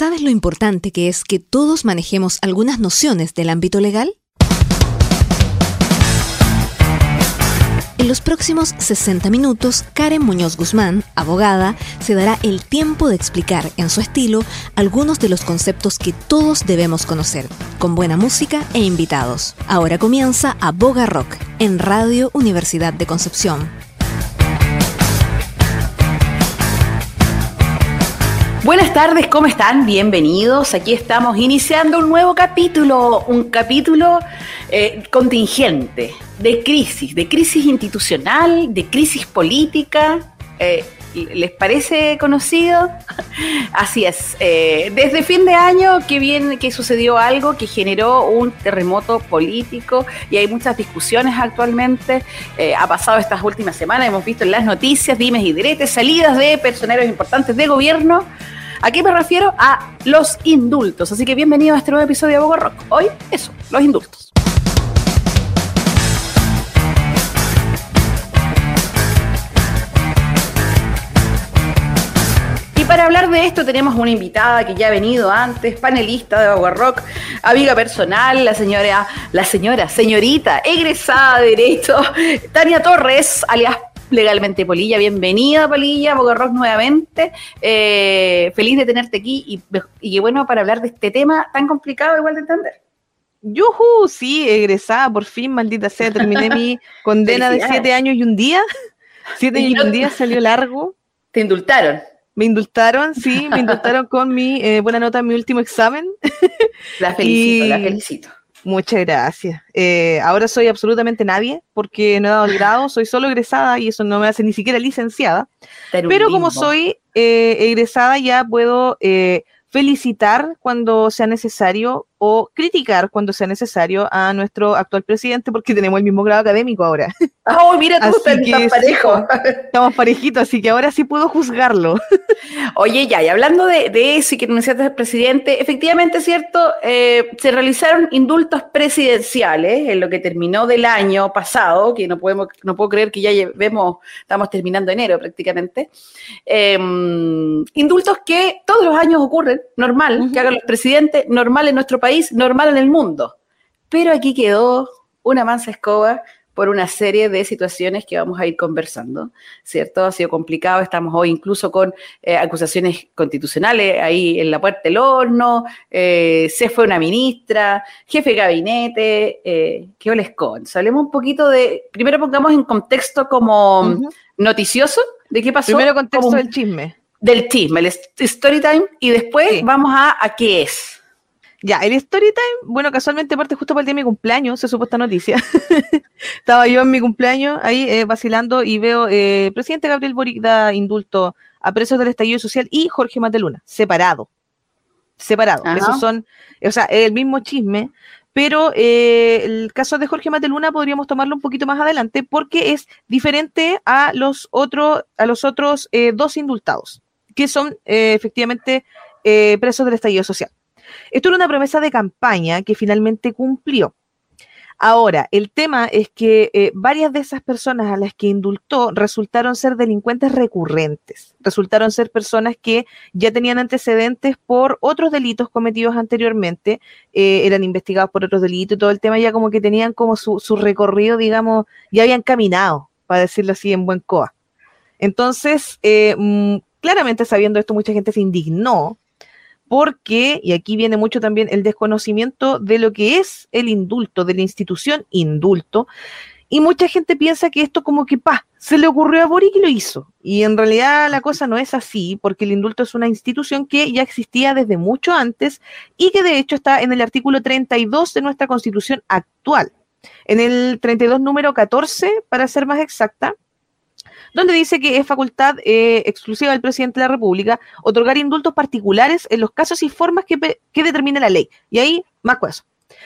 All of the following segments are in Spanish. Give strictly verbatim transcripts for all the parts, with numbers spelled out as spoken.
¿Sabes lo importante que es que todos manejemos algunas nociones del ámbito legal? En los próximos sesenta minutos, Karen Muñoz Guzmán, abogada, se dará el tiempo de explicar en su estilo algunos de los conceptos que todos debemos conocer, con buena música e invitados. Ahora comienza Aboga Rock en Radio Universidad de Concepción. Buenas tardes, ¿cómo están? Bienvenidos. Aquí estamos iniciando un nuevo capítulo, un capítulo eh, contingente, de crisis, de crisis institucional, de crisis política. Eh, ¿Les parece conocido? Así es. Eh, desde fin de año que, bien, que sucedió algo que generó un terremoto político y hay muchas discusiones actualmente. Eh, ha pasado estas últimas semanas, hemos visto en las noticias dimes y diretes, salidas de personeros importantes de gobierno. ¿A qué me refiero? A los indultos. Así que bienvenidos a este nuevo episodio de Aboga Rock. Hoy, eso, los indultos. Y para hablar de esto tenemos una invitada que ya ha venido antes, panelista de Aboga Rock, amiga personal, la señora, la señora, señorita, egresada de Derecho, Tania Torres, alias Legalmente Polilla. Bienvenida, Polilla, Aboga Rock nuevamente. Eh, feliz de tenerte aquí y, y bueno, para hablar de este tema tan complicado igual de entender. ¡Yujú! Sí, egresada, por fin, maldita sea, terminé mi condena de siete años y un día. Siete años y un día, salió largo. ¿Te indultaron? Me indultaron, sí, me indultaron con mi eh, buena nota en mi último examen. La felicito, y... la felicito. Muchas gracias. Eh, ahora soy absolutamente nadie porque no he dado el grado, soy solo egresada y eso no me hace ni siquiera licenciada. Pero como soy eh, egresada ya puedo eh, felicitar cuando sea necesario o criticar cuando sea necesario a nuestro actual presidente porque tenemos el mismo grado académico ahora. ¡Oh, mira tú, estás parejo! Estamos parejitos, así que ahora sí puedo juzgarlo. Oye, ya, y hablando de, de eso y que anunciaste al presidente, efectivamente es cierto, eh, se realizaron indultos presidenciales en lo que terminó del año pasado, que no podemos, no puedo creer que ya llevemos, estamos terminando enero prácticamente. Eh, indultos que todos los años ocurren, normal, uh-huh. que hagan los presidentes, normal en nuestro país, normal en el mundo. Pero aquí quedó una mansa escoba por una serie de situaciones que vamos a ir conversando, ¿cierto? Ha sido complicado, estamos hoy incluso con eh, acusaciones constitucionales ahí en la puerta del horno, eh, se fue una ministra, jefe de gabinete, eh, ¿qué oles con? Hablemos un poquito de, primero pongamos en contexto como uh-huh. noticioso de qué pasó. Primero contexto como, del chisme. Del chisme, el story time, y después sí. vamos a, a qué es. Ya, el story time, bueno, casualmente parte justo para el día de mi cumpleaños, se supo esta noticia. Estaba yo en mi cumpleaños ahí eh, vacilando y veo, eh, presidente Gabriel Boric da indulto a presos del estallido social y Jorge Mateluna, separado. Separado. Ajá. Esos son, o sea, el mismo chisme, pero eh, el caso de Jorge Mateluna podríamos tomarlo un poquito más adelante porque es diferente a los, otro, a los otros eh, dos indultados, que son eh, efectivamente eh, presos del estallido social. Esto era una promesa de campaña que finalmente cumplió. Ahora, el tema es que eh, varias de esas personas a las que indultó resultaron ser delincuentes recurrentes, resultaron ser personas que ya tenían antecedentes por otros delitos cometidos anteriormente, eh, eran investigados por otros delitos y todo el tema ya como que tenían como su, su recorrido, digamos, ya habían caminado, para decirlo así en buen coa. Entonces, eh, mmm, claramente sabiendo esto, mucha gente se indignó, porque, y aquí viene mucho también el desconocimiento de lo que es el indulto, de la institución indulto, y mucha gente piensa que esto como que, pa, se le ocurrió a Boric y lo hizo, y en realidad la cosa no es así, porque el indulto es una institución que ya existía desde mucho antes, y que de hecho está en el artículo treinta y dos de nuestra Constitución actual, en el treinta y dos número catorce, para ser más exacta, donde dice que es facultad eh, exclusiva del presidente de la República otorgar indultos particulares en los casos y formas que, que determine la ley. Y ahí, más cosas.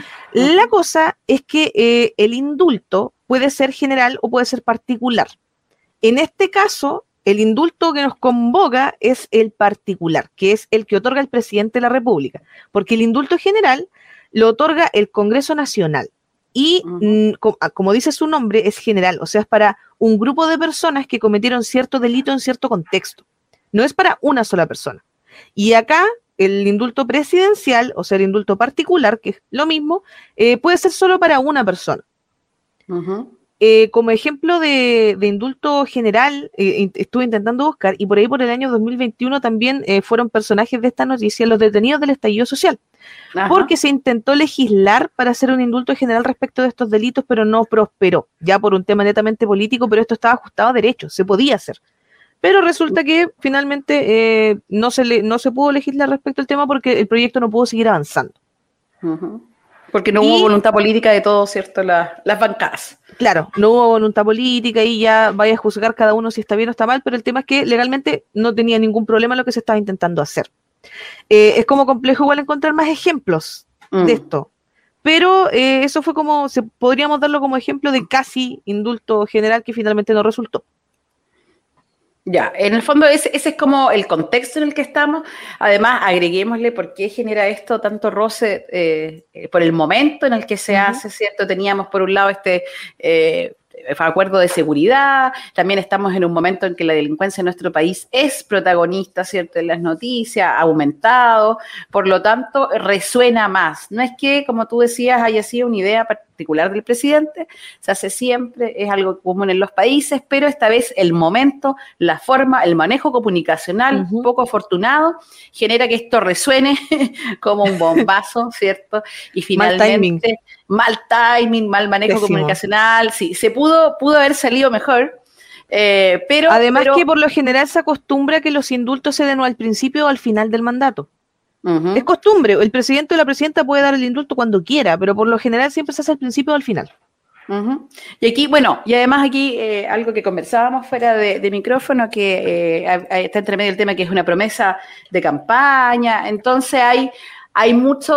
La cosa es que eh, el indulto puede ser general o puede ser particular. En este caso, el indulto que nos convoca es el particular, que es el que otorga el presidente de la República, porque el indulto general lo otorga el Congreso Nacional. Y uh-huh. como, como dice su nombre, es general, o sea, es para un grupo de personas que cometieron cierto delito en cierto contexto. No es para una sola persona. Y acá el indulto presidencial, o sea, el indulto particular, que es lo mismo, eh, puede ser solo para una persona. Uh-huh. Eh, como ejemplo de, de indulto general, eh, estuve intentando buscar, y por ahí por el año dos mil veintiuno también eh, fueron personajes de esta noticia los detenidos del estallido social. Ajá. Porque se intentó legislar para hacer un indulto general respecto de estos delitos, pero no prosperó, ya por un tema netamente político, pero esto estaba ajustado a derechos, se podía hacer. Pero resulta que finalmente eh, no, se le, no se pudo legislar respecto al tema porque el proyecto no pudo seguir avanzando. Uh-huh. Porque no y, hubo voluntad política de todo, ¿cierto? La, las bancadas. Claro, no hubo voluntad política y ya vaya a juzgar cada uno si está bien o está mal, pero el tema es que legalmente no tenía ningún problema lo que se estaba intentando hacer. Eh, es como complejo igual encontrar más ejemplos mm. de esto, pero eh, eso fue como, se, podríamos darlo como ejemplo de casi indulto general que finalmente no resultó. Ya, en el fondo ese, ese es como el contexto en el que estamos. Además, agreguémosle por qué genera esto tanto roce eh, por el momento en el que se uh-huh. hace, ¿cierto? Teníamos por un lado este eh, acuerdo de seguridad, también estamos en un momento en que la delincuencia en nuestro país es protagonista, ¿cierto? En las noticias, ha aumentado, por lo tanto, resuena más. No es que, como tú decías, haya sido una idea particular del presidente, se hace siempre, es algo común en los países, pero esta vez el momento, la forma, el manejo comunicacional uh-huh. poco afortunado, genera que esto resuene como un bombazo, ¿cierto? Y finalmente, mal timing, mal, timing, mal manejo Pésimo. comunicacional, sí, se pudo, pudo haber salido mejor, eh, pero... Además pero, que por lo general se acostumbra que los indultos se den o al principio o al final del mandato. Uh-huh. Es costumbre, el presidente o la presidenta puede dar el indulto cuando quiera, pero por lo general siempre se hace al principio o al final. Uh-huh. Y aquí, bueno, y además aquí eh, algo que conversábamos fuera de, de micrófono, que eh, está entre medio el tema que es una promesa de campaña, entonces hay, hay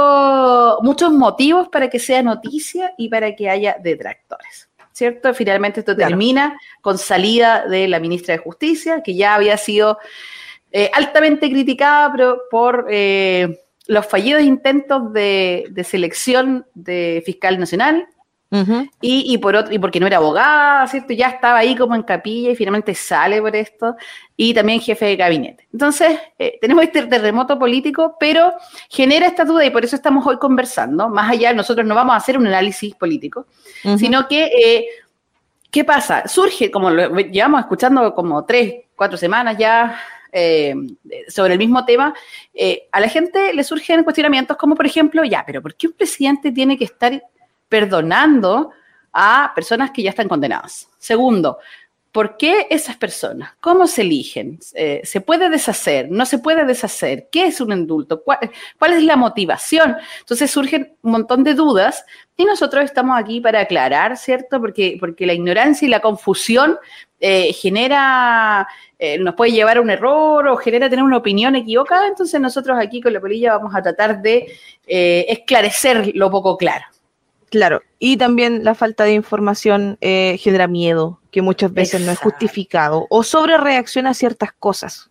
mucho, muchos motivos para que sea noticia y para que haya detractores, ¿cierto? Finalmente esto claro. termina con salida de la ministra de Justicia, que ya había sido... Eh, altamente criticada pero por eh, los fallidos intentos de, de selección de fiscal nacional uh-huh. y, y por otro y porque no era abogada, ¿cierto? Ya estaba ahí como en capilla y finalmente sale por esto, y también jefe de gabinete. Entonces, eh, tenemos este terremoto político, pero genera esta duda y por eso estamos hoy conversando. Más allá, nosotros no vamos a hacer un análisis político, uh-huh. sino que, eh, ¿qué pasa? Surge, como lo llevamos escuchando como tres, cuatro semanas ya, Eh, sobre el mismo tema, eh, a la gente le surgen cuestionamientos como, por ejemplo, ya, pero ¿por qué un presidente tiene que estar perdonando a personas que ya están condenadas? Segundo, ¿por qué esas personas? ¿Cómo se eligen? Eh, ¿Se puede deshacer? ¿No se puede deshacer? ¿Qué es un indulto? ¿Cuál, cuál es la motivación? Entonces surgen un montón de dudas y nosotros estamos aquí para aclarar, ¿cierto? Porque, porque la ignorancia y la confusión eh, genera, eh, nos puede llevar a un error o genera tener una opinión equivocada. Entonces nosotros aquí con La Polilla vamos a tratar de eh, esclarecer lo poco claro. Claro, y también la falta de información eh, genera miedo, que muchas veces Exacto. no es justificado, o sobre reacción a ciertas cosas.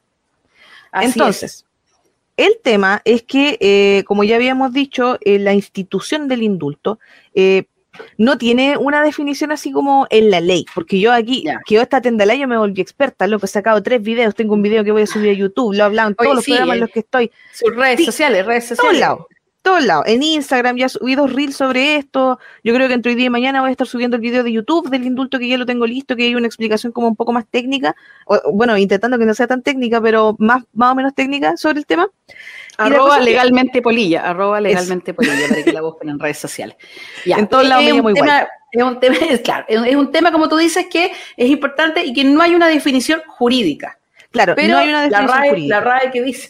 Así Entonces, es. el tema es que, eh, como ya habíamos dicho, eh, la institución del indulto eh, no tiene una definición así como en la ley, porque yo aquí, yeah. que yo esta tendalá, yo me volví experta, lo que he sacado tres videos, tengo un video que voy a subir a YouTube, lo he hablado en todos Oye, los sí, programas en los que estoy. Sus redes sí, sociales, redes sociales. Todos lados. todos lados, en Instagram ya subí dos reels sobre esto, yo creo que entre hoy día y mañana voy a estar subiendo el video de YouTube del indulto que ya lo tengo listo, que hay una explicación como un poco más técnica, o, bueno, intentando que no sea tan técnica, pero más, más o menos técnica sobre el tema. Arroba legalmente polilla, arroba legalmente polilla, para que la busquen en redes sociales. Ya. En todos lados me llamo igual. Es un tema, es, claro, es un tema, como tú dices, que es importante y que no hay una definición jurídica. Claro, pero no hay una definición la R A E, jurídica. La R A E que dice...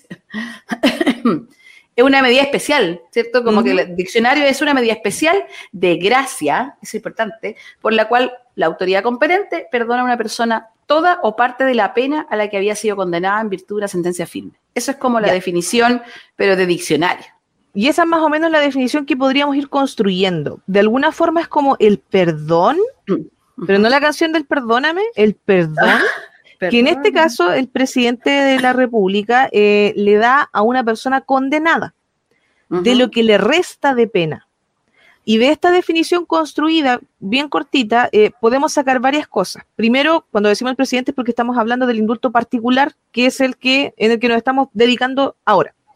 es una medida especial, ¿cierto? Como uh-huh. que el diccionario es una medida especial de gracia, es importante, por la cual la autoridad competente perdona a una persona toda o parte de la pena a la que había sido condenada en virtud de una sentencia firme. Eso es como la ya. definición, pero de diccionario. Y esa es más o menos la definición que podríamos ir construyendo. De alguna forma es como el perdón, uh-huh. pero no la canción del perdóname, el perdón. Perdón. Que en este caso el presidente de la República eh, le da a una persona condenada uh-huh. de lo que le resta de pena. Y de esta definición construida, bien cortita, eh, podemos sacar varias cosas. Primero, cuando decimos el presidente es porque estamos hablando del indulto particular, que es el que en el que nos estamos dedicando ahora.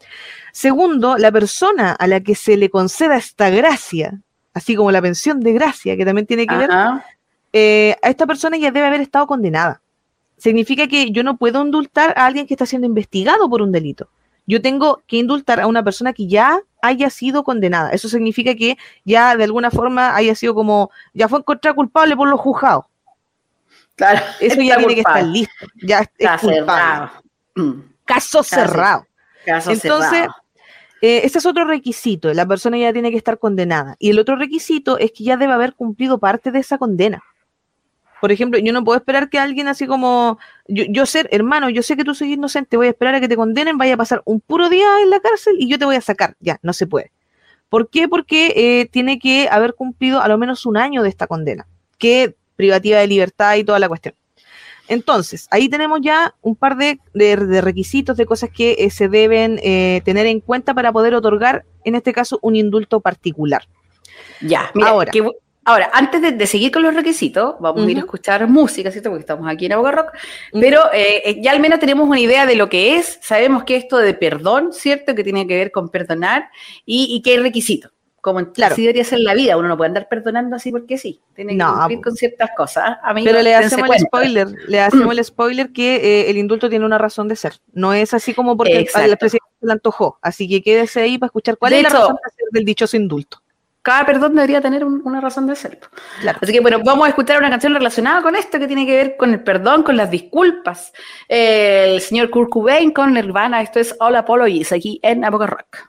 Segundo, la persona a la que se le conceda esta gracia, así como la pensión de gracia, que también tiene que ver, eh, a esta persona ya debe haber estado condenada. Significa que yo no puedo indultar a alguien que está siendo investigado por un delito. Yo tengo que indultar a una persona que ya haya sido condenada. Eso significa que ya de alguna forma haya sido como, ya fue encontrado culpable por los juzgados. Claro, eso ya tiene culpable. que estar listo. Ya es, está es culpable. Cerrado. Caso cerrado. Caso Entonces, cerrado. Eh, ese es otro requisito. La persona ya tiene que estar condenada. Y el otro requisito es que ya debe haber cumplido parte de esa condena. Por ejemplo, yo no puedo esperar que alguien así como, yo, yo ser, hermano, yo sé que tú soy inocente, voy a esperar a que te condenen, vaya a pasar un puro día en la cárcel y yo te voy a sacar. Ya, no se puede. ¿Por qué? Porque eh, tiene que haber cumplido a lo menos un año de esta condena, que privativa de libertad y toda la cuestión. Entonces, ahí tenemos ya un par de, de, de requisitos, de cosas que eh, se deben eh, tener en cuenta para poder otorgar, en este caso, un indulto particular. Ya, mira, ahora, que, ahora antes de, de seguir con los requisitos, vamos uh-huh. a ir a escuchar música, ¿cierto? Porque estamos aquí en Aboga Rock, uh-huh. pero eh, ya al menos tenemos una idea de lo que es, sabemos que esto de perdón, ¿cierto? Que tiene que ver con perdonar y, y que hay requisitos. Como claro. Así debería ser la vida, uno no puede andar perdonando así porque sí, tiene que no, cumplir con ciertas cosas. Amigo, pero le hacemos el spoiler, le hacemos el spoiler que eh, el indulto tiene una razón de ser, no es así como porque Exacto. al presidente se le antojó, así que quédese ahí para escuchar cuál de es hecho, la razón de ser del dichoso indulto. Cada perdón debería tener un, una razón de ser. Claro. Así que bueno, vamos a escuchar una canción relacionada con esto que tiene que ver con el perdón, con las disculpas. Eh, el señor Kurt Cobain con Nirvana, esto es All Apologies, aquí en Aboga Rock.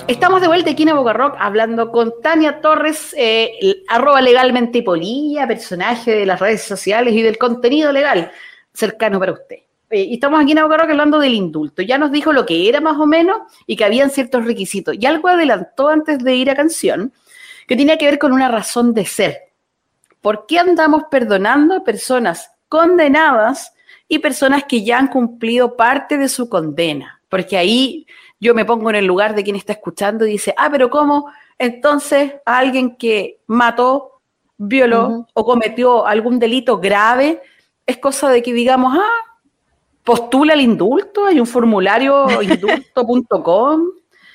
Estamos de vuelta aquí en Boca Rock hablando con Tania Torres, eh, arroba legalmente polilla, personaje de las redes sociales y del contenido legal cercano para usted. Eh, y estamos aquí en Boca Rock hablando del indulto. Ya nos dijo lo que era más o menos y que habían ciertos requisitos. Y algo adelantó antes de ir a canción, que tenía que ver con una razón de ser. ¿Por qué andamos perdonando a personas condenadas y personas que ya han cumplido parte de su condena? Porque ahí yo me pongo en el lugar de quien está escuchando y dice, ah, pero ¿cómo? Entonces a alguien que mató, violó uh-huh. o cometió algún delito grave, es cosa de que digamos, ah, postula el indulto, hay un formulario indulto punto com,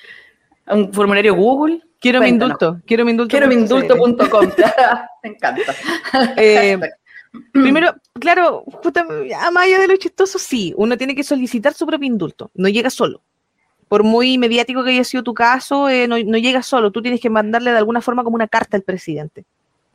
un formulario Google. Quiero mi indulto, quiero mi indulto. Quiero mi indulto punto com, me encanta. Eh, primero, claro, justamente, más allá de lo chistoso, sí, uno tiene que solicitar su propio indulto, no llega solo. Por muy mediático que haya sido tu caso, eh, no, no llega solo, tú tienes que mandarle de alguna forma como una carta al presidente.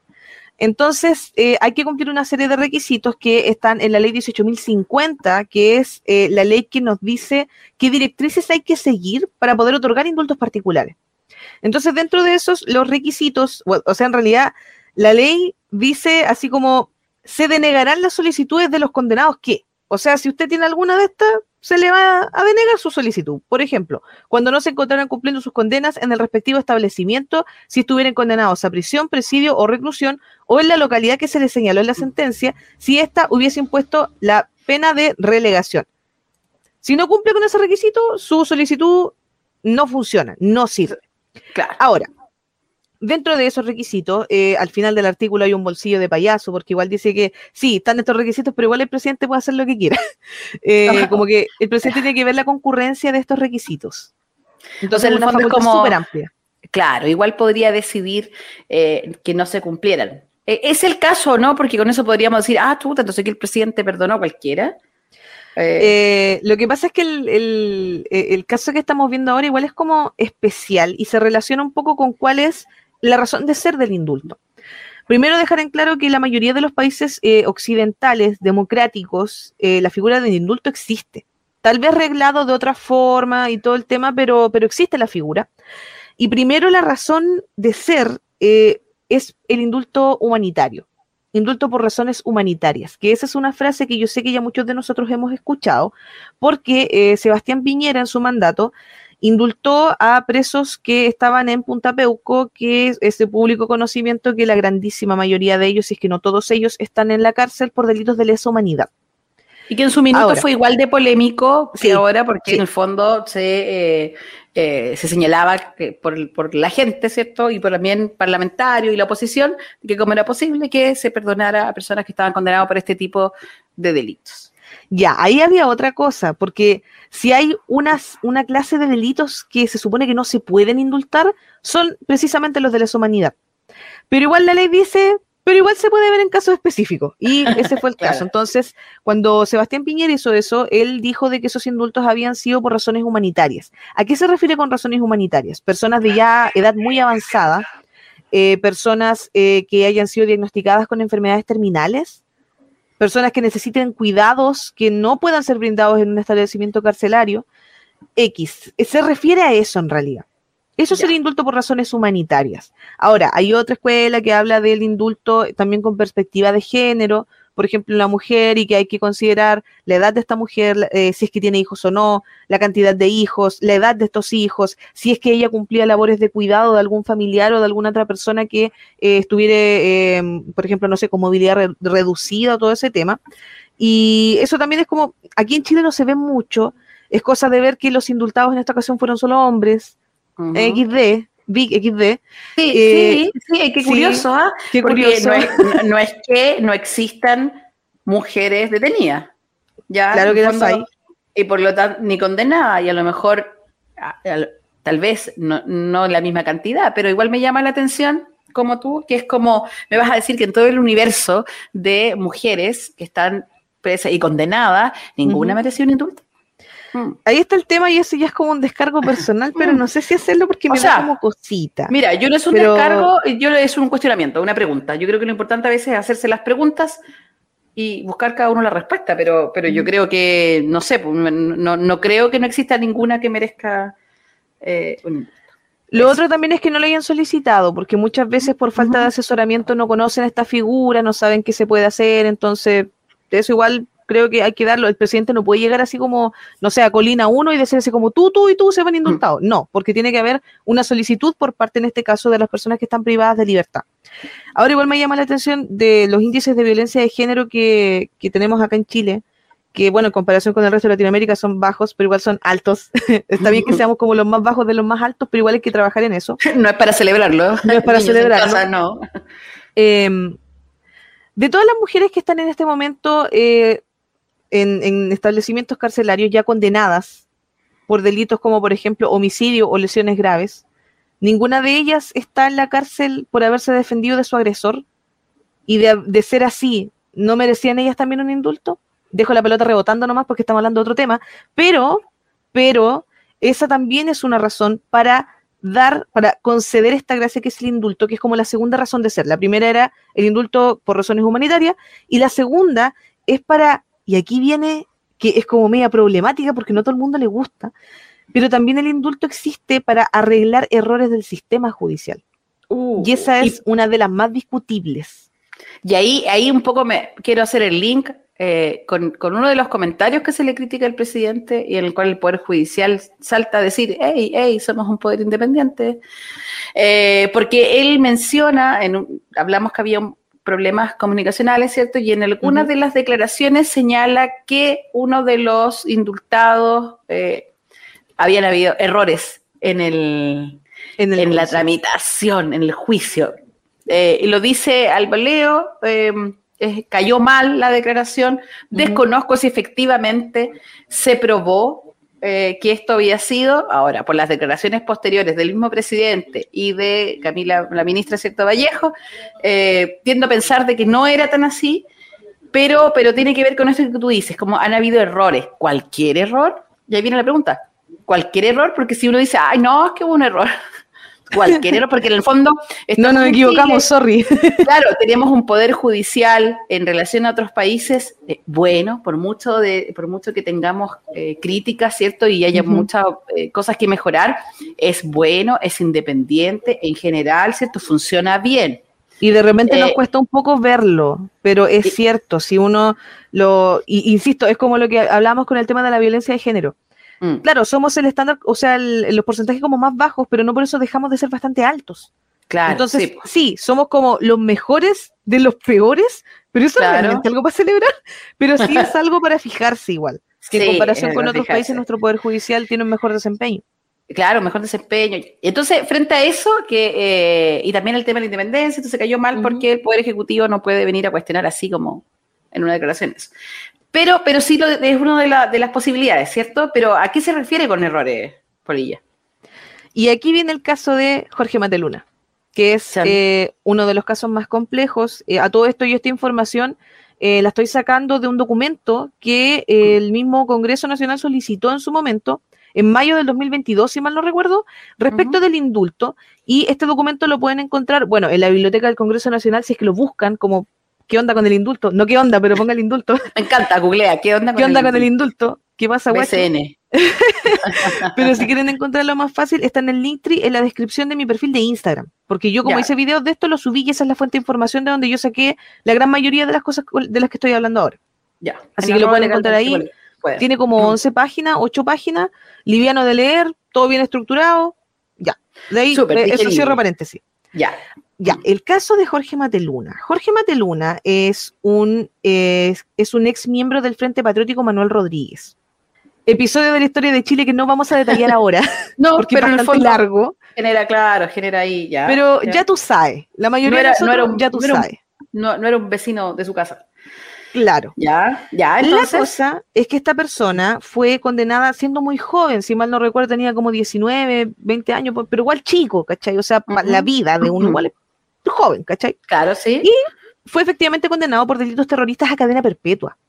Entonces, eh, hay que cumplir una serie de requisitos que están en la ley dieciocho mil cincuenta, que es eh, la ley que nos dice qué directrices hay que seguir para poder otorgar indultos particulares. Entonces, dentro de esos, los requisitos, o, o sea, en realidad, la ley dice así como, se denegarán las solicitudes de los condenados que, o sea, si usted tiene alguna de estas, se le va a denegar su solicitud. Por ejemplo, cuando no se encontraran cumpliendo sus condenas en el respectivo establecimiento, si estuvieran condenados a prisión, presidio o reclusión, o en la localidad que se les señaló en la sentencia, si ésta hubiese impuesto la pena de relegación. Si no cumple con ese requisito, su solicitud no funciona, no sirve. Claro. Ahora, dentro de esos requisitos, eh, al final del artículo hay un bolsillo de payaso, porque igual dice que sí, están estos requisitos, pero igual el presidente puede hacer lo que quiera. eh, como que el presidente tiene que ver la concurrencia de estos requisitos. Entonces, en el una fondo es facultad como, súper amplia. Claro, igual podría decidir eh, que no se cumplieran. Eh, ¿Es el caso, no? Porque con eso podríamos decir, ah, chuta, entonces que el presidente perdonó a cualquiera. Eh, lo que pasa es que el, el, el caso que estamos viendo ahora igual es como especial y se relaciona un poco con cuál es la razón de ser del indulto. Primero, dejar en claro que la mayoría de los países eh, occidentales, democráticos, eh, la figura del indulto existe. Tal vez reglado de otra forma y todo el tema, pero, pero existe la figura. Y primero, la razón de ser eh, es el indulto humanitario. Indulto por razones humanitarias, que esa es una frase que yo sé que ya muchos de nosotros hemos escuchado, porque eh, Sebastián Piñera en su mandato indultó a presos que estaban en Punta Peuco, que es de público conocimiento que la grandísima mayoría de ellos, si es que no todos ellos, están en la cárcel por delitos de lesa humanidad. Y que en su minuto ahora, fue igual de polémico que sí, ahora, porque sí. en el fondo se, eh, eh, se señalaba que por, por la gente, ¿cierto? Y por también parlamentarios y la oposición, que cómo era posible que se perdonara a personas que estaban condenadas por este tipo de delitos. Ya, ahí había otra cosa, porque si hay unas, una clase de delitos que se supone que no se pueden indultar, son precisamente los de lesa humanidad. Pero igual la ley dice... Pero igual se puede ver en casos específicos, y ese fue el claro. caso. Entonces, cuando Sebastián Piñera hizo eso, él dijo de que esos indultos habían sido por razones humanitarias. ¿A qué se refiere con razones humanitarias? Personas de ya edad muy avanzada, eh, personas eh, que hayan sido diagnosticadas con enfermedades terminales, personas que necesiten cuidados que no puedan ser brindados en un establecimiento carcelario, X. Se refiere a eso en realidad. Eso es el indulto por razones humanitarias. Ahora, hay otra escuela que habla del indulto también con perspectiva de género, por ejemplo, la mujer, y que hay que considerar la edad de esta mujer, eh, si es que tiene hijos o no, la cantidad de hijos, la edad de estos hijos, si es que ella cumplía labores de cuidado de algún familiar o de alguna otra persona que eh, estuviera, eh, por ejemplo, no sé, con movilidad re- reducida, todo ese tema. Y eso también es como, aquí en Chile no se ve mucho, es cosa de ver que los indultados en esta ocasión fueron solo hombres. Uh-huh. equis de, Big equis de. Sí, eh, sí, sí, qué curioso, ¿ah? Sí, qué Porque curioso. No es, no, no es que no existan mujeres detenidas, ya. Claro que las hay. Y por lo tanto, ni condenadas, y a lo mejor, a, a, tal vez no, no la misma cantidad, pero igual me llama la atención, como tú, que es como, me vas a decir que en todo el universo de mujeres que están presas y condenadas, ninguna uh-huh. mereció un indulto. Ahí está el tema y eso ya es como un descargo personal, pero no sé si hacerlo porque o me sea, da como cosita. Mira, yo no es un pero... descargo, yo es un cuestionamiento, una pregunta. Yo creo que lo importante a veces es hacerse las preguntas y buscar cada uno la respuesta, pero, pero yo creo que, no sé, no, no creo que no exista ninguna que merezca eh, un indulto. Lo Eso. otro también es que no lo hayan solicitado, porque muchas veces por falta de asesoramiento no conocen esta figura, no saben qué se puede hacer, entonces eso igual creo que hay que darlo. El presidente no puede llegar así como, no sé, a Colina uno y decir así como tú, tú y tú se van indultados. No, porque tiene que haber una solicitud por parte, en este caso, de las personas que están privadas de libertad. Ahora igual me llama la atención de los índices de violencia de género que, que tenemos acá en Chile, que bueno, en comparación con el resto de Latinoamérica son bajos, pero igual son altos. Está bien que seamos como los más bajos de los más altos, pero igual hay que trabajar en eso. No es para celebrarlo. No es para Niños en celebrarlo. casa, no. Eh, de todas las mujeres que están en este momento eh, en, en establecimientos carcelarios ya condenadas por delitos como, por ejemplo, homicidio o lesiones graves, ninguna de ellas está en la cárcel por haberse defendido de su agresor, y de, de ser así, ¿no merecían ellas también un indulto? Dejo la pelota rebotando nomás porque estamos hablando de otro tema, pero, pero esa también es una razón para dar, para conceder esta gracia que es el indulto, que es como la segunda razón de ser. La primera era el indulto por razones humanitarias, y la segunda es para, y aquí viene, que es como media problemática porque no todo el mundo le gusta, pero también el indulto existe para arreglar errores del sistema judicial. Uh, y esa es y, una de las más discutibles. Y ahí, ahí un poco me quiero hacer el link eh, con, con uno de los comentarios que se le critica al presidente y en el cual el Poder Judicial salta a decir, hey, hey, somos un poder independiente. Eh, porque él menciona, en un, hablamos que había un, problemas comunicacionales, ¿cierto? Y en algunas uh-huh. de las declaraciones señala que uno de los indultados eh, habían habido errores en, el, en, el en la tramitación, en el juicio. Eh, y lo dice al voleo, eh, eh, cayó mal la declaración, uh-huh. desconozco si efectivamente se probó eh, que esto había sido, ahora, por las declaraciones posteriores del mismo presidente y de Camila, la ministra, ¿cierto?, Vallejo, eh, tiendo a pensar de que no era tan así, pero, pero tiene que ver con esto que tú dices, como han habido errores, cualquier error, y ahí viene la pregunta, cualquier error, porque si uno dice, ay, no, es que hubo un error, cualquier error, porque en el fondo... No nos equivocamos, sorry. Claro, tenemos un poder judicial en relación a otros países, eh, bueno, por mucho, de, por mucho que tengamos eh, críticas, ¿cierto? Y haya uh-huh. muchas eh, cosas que mejorar, es bueno, es independiente, en general, ¿cierto? Funciona bien. Y de repente eh, nos cuesta un poco verlo, pero es y, cierto, si uno lo... Y, insisto, es como lo que hablamos con el tema de la violencia de género. Mm. Claro, somos el estándar, o sea, el, los porcentajes como más bajos, pero no por eso dejamos de ser bastante altos. Claro. Entonces, sí, sí somos como los mejores de los peores, pero eso claro. es realmente algo para celebrar, pero sí es algo para fijarse igual. Que sí, en comparación con otros fijarse. países, nuestro Poder Judicial tiene un mejor desempeño. Claro, mejor desempeño. Entonces, frente a eso, que eh, y también el tema de la independencia, entonces cayó mal uh-huh. porque el Poder Ejecutivo no puede venir a cuestionar así como en una declaración. Pero, pero sí lo, es una de, la, de las posibilidades, ¿cierto? Pero ¿a qué se refiere con errores, Polilla? Y aquí viene el caso de Jorge Mateluna, que es sí. eh, uno de los casos más complejos. Eh, a todo esto, yo esta información eh, la estoy sacando de un documento que eh, el mismo Congreso Nacional solicitó en su momento, en mayo del dos mil veintidós, si mal no recuerdo, respecto uh-huh. del indulto. Y este documento lo pueden encontrar, bueno, en la Biblioteca del Congreso Nacional, si es que lo buscan como... ¿Qué onda con el indulto? No qué onda, pero ponga el indulto. Me encanta, googlea, ¿qué onda con, ¿Qué onda el, con el indulto? ¿Qué pasa, B C N. Pero si quieren encontrarlo más fácil, está en el Linktree, en la descripción de mi perfil de Instagram. Porque yo, como ya. hice videos de esto, lo subí y esa es la fuente de información de donde yo saqué la gran mayoría de las cosas de las que estoy hablando ahora. Ya. Así que lo pueden encontrar ahí. Puede. Tiene como once páginas, ocho páginas, liviano de leer, todo bien estructurado. Ya. De ahí, Super, eh, eso cierro paréntesis. Ya. Ya, el caso de Jorge Mateluna. Jorge Mateluna es un, eh, es un ex miembro del Frente Patriótico Manuel Rodríguez. Episodio de la historia de Chile que no vamos a detallar ahora, no, porque pero es bastante en el fondo largo. Genera, claro, genera ahí ya. Pero ya, ya tú sabes, la mayoría no era, de nosotros no era un, ya tú no sabes. Un, no, no era un vecino de su casa. Claro. Ya, ya, entonces... La cosa es que esta persona fue condenada siendo muy joven, si mal no recuerdo tenía como diecinueve, veinte años, pero igual chico, ¿cachai? O sea, uh-huh. la vida de uno uh-huh. igual es joven, ¿cachai? Claro, sí. Y fue efectivamente condenado por delitos terroristas a cadena perpetua.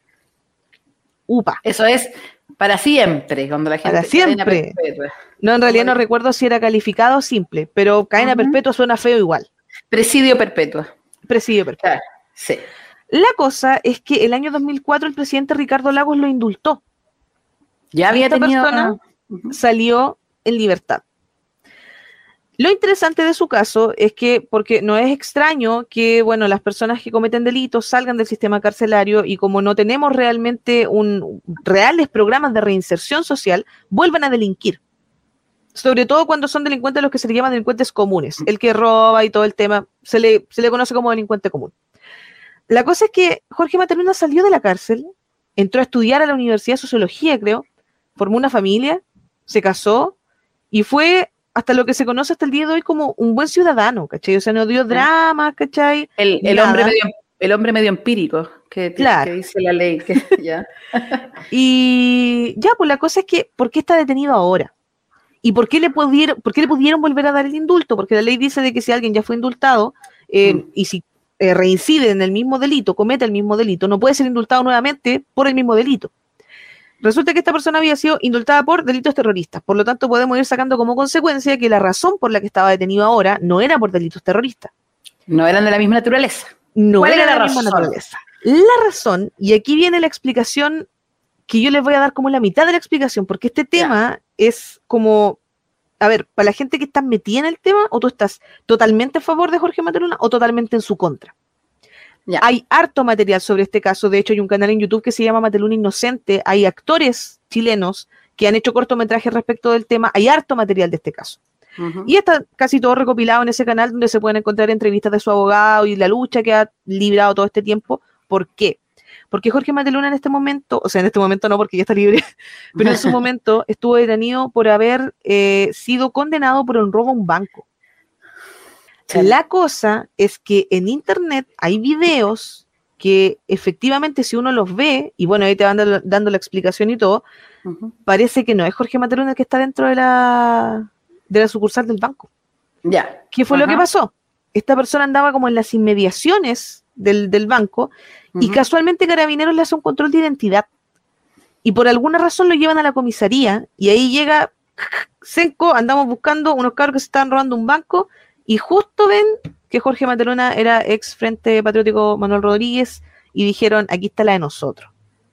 Upa. Eso es para siempre, cuando la gente... Para siempre. No, en realidad no recuerdo si era calificado o simple, pero cadena uh-huh. perpetua suena feo igual. Presidio perpetua. Presidio perpetua. Claro, sí. La cosa es que el año dos mil cuatro el presidente Ricardo Lagos lo indultó. Ya había Esta tenido... persona uh-huh. salió en libertad. Lo interesante de su caso es que, porque no es extraño que, bueno, las personas que cometen delitos salgan del sistema carcelario y como no tenemos realmente un reales programas de reinserción social, vuelvan a delinquir. Sobre todo cuando son delincuentes los que se les llaman delincuentes comunes. El que roba y todo el tema, se le, se le conoce como delincuente común. La cosa es que Jorge Mateluna salió de la cárcel, entró a estudiar a la Universidad de Sociología, creo, formó una familia, se casó y fue, hasta lo que se conoce hasta el día de hoy, como un buen ciudadano, ¿cachai? O sea, no dio dramas, ¿cachai? El, el, hombre, medio, el hombre medio empírico que, claro. que dice la ley. Que, ya. Y ya, pues la cosa es que, ¿por qué está detenido ahora? ¿Y por qué le pudieron, por qué le pudieron volver a dar el indulto? Porque la ley dice de que si alguien ya fue indultado eh, mm. y si eh, reincide en el mismo delito, comete el mismo delito, no puede ser indultado nuevamente por el mismo delito. Resulta que esta persona había sido indultada por delitos terroristas, por lo tanto podemos ir sacando como consecuencia que la razón por la que estaba detenido ahora no era por delitos terroristas. No eran de la misma naturaleza. No ¿Cuál era era de la, la misma razón? naturaleza. La razón, y aquí viene la explicación que yo les voy a dar como la mitad de la explicación, porque este tema yeah. es como, a ver, para la gente que está metida en el tema, o tú estás totalmente a favor de Jorge Mateluna o totalmente en su contra. Yeah. Hay harto material sobre este caso, de hecho hay un canal en YouTube que se llama Mateluna Inocente, hay actores chilenos que han hecho cortometrajes respecto del tema, hay harto material de este caso. Uh-huh. Y está casi todo recopilado en ese canal donde se pueden encontrar entrevistas de su abogado y la lucha que ha librado todo este tiempo. ¿Por qué? Porque Jorge Mateluna en este momento, o sea, en este momento no porque ya está libre, pero en su momento estuvo detenido por haber eh, sido condenado por un robo a un banco. La cosa es que en internet hay videos que efectivamente si uno los ve, y bueno, ahí te van dando, dando la explicación y todo, uh-huh. parece que no es Jorge Mateluna el que está dentro de la, de la sucursal del banco. Ya. Yeah. ¿Qué fue uh-huh. lo que pasó? Esta persona andaba como en las inmediaciones del, del banco uh-huh. y casualmente Carabineros le hace un control de identidad. Y por alguna razón lo llevan a la comisaría y ahí llega Senco, andamos buscando unos cabros que se estaban robando un banco. Y justo ven que Jorge Mateluna era ex Frente Patriótico Manuel Rodríguez y dijeron, aquí está la de nosotros.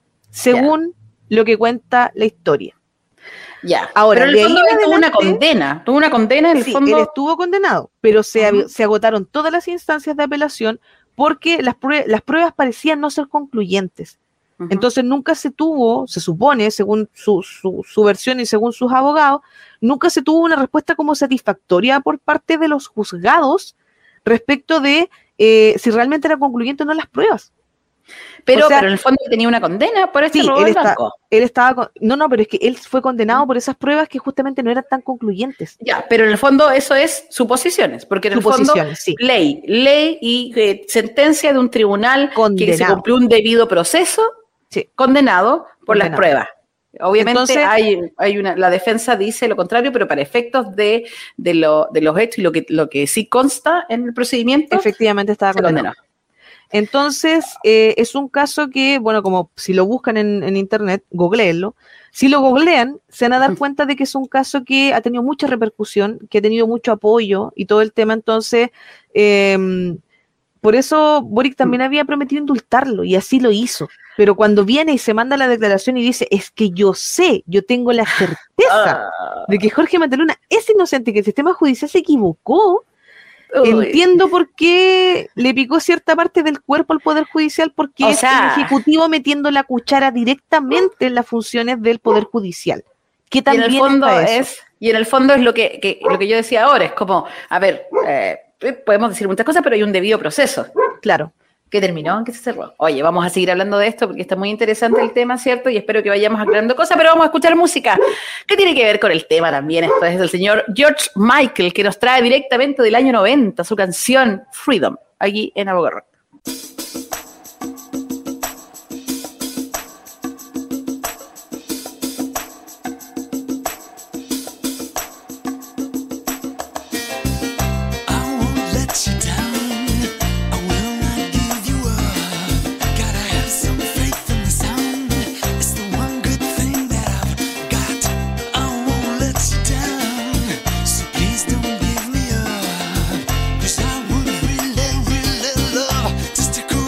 Según yeah. lo que cuenta la historia. Ya, yeah. ahora, pero en el fondo él tuvo una condena, tuvo una condena en el sí, fondo. Él estuvo condenado, pero se, uh-huh. se agotaron todas las instancias de apelación porque las, prue- las pruebas parecían no ser concluyentes. Uh-huh. Entonces nunca se tuvo, se supone, según su, su, su versión y según sus abogados, nunca se tuvo una respuesta como satisfactoria por parte de los juzgados respecto de eh, si realmente era concluyente o no las pruebas. Pero, o sea, pero en el fondo tenía una condena por este sí, robo él del está, banco. Él estaba con, no, no, pero es que él fue condenado por esas pruebas que justamente no eran tan concluyentes. Ya, pero en el fondo eso es suposiciones, porque en el fondo sí. ley, ley y eh, sentencia de un tribunal condenado. Que se cumplió un debido proceso, sí. condenado por condenado. las pruebas. Obviamente Entonces, hay, hay una, la defensa dice lo contrario, pero para efectos de, de, lo, de los hechos y lo que, lo que sí consta en el procedimiento, efectivamente estaba condenado. Entonces, eh, es un caso que, bueno, como si lo buscan en, en internet, googleenlo. Si lo googlean, se van a dar cuenta de que es un caso que ha tenido mucha repercusión, que ha tenido mucho apoyo y todo el tema. Entonces, eh, por eso Boric también había prometido indultarlo y así lo hizo. Pero cuando viene y se manda la declaración y dice, es que yo sé, yo tengo la certeza de que Jorge Mateluna es inocente, que el sistema judicial se equivocó, Uy. entiendo por qué le picó cierta parte del cuerpo al Poder Judicial, porque o es sea, el Ejecutivo metiendo la cuchara directamente en las funciones del Poder Judicial. Que también y en el fondo es Y en el fondo es lo que, que, lo que yo decía ahora, es como, a ver, eh, podemos decir muchas cosas, pero hay un debido proceso. Claro. Que terminó, en que se cerró. Oye, vamos a seguir hablando de esto porque está muy interesante el tema, ¿cierto? Y espero que vayamos aclarando cosas, pero vamos a escuchar música que tiene que ver con el tema también. Esto es del señor George Michael, que nos trae directamente del año noventa su canción Freedom, aquí en Aboga Rock. Just to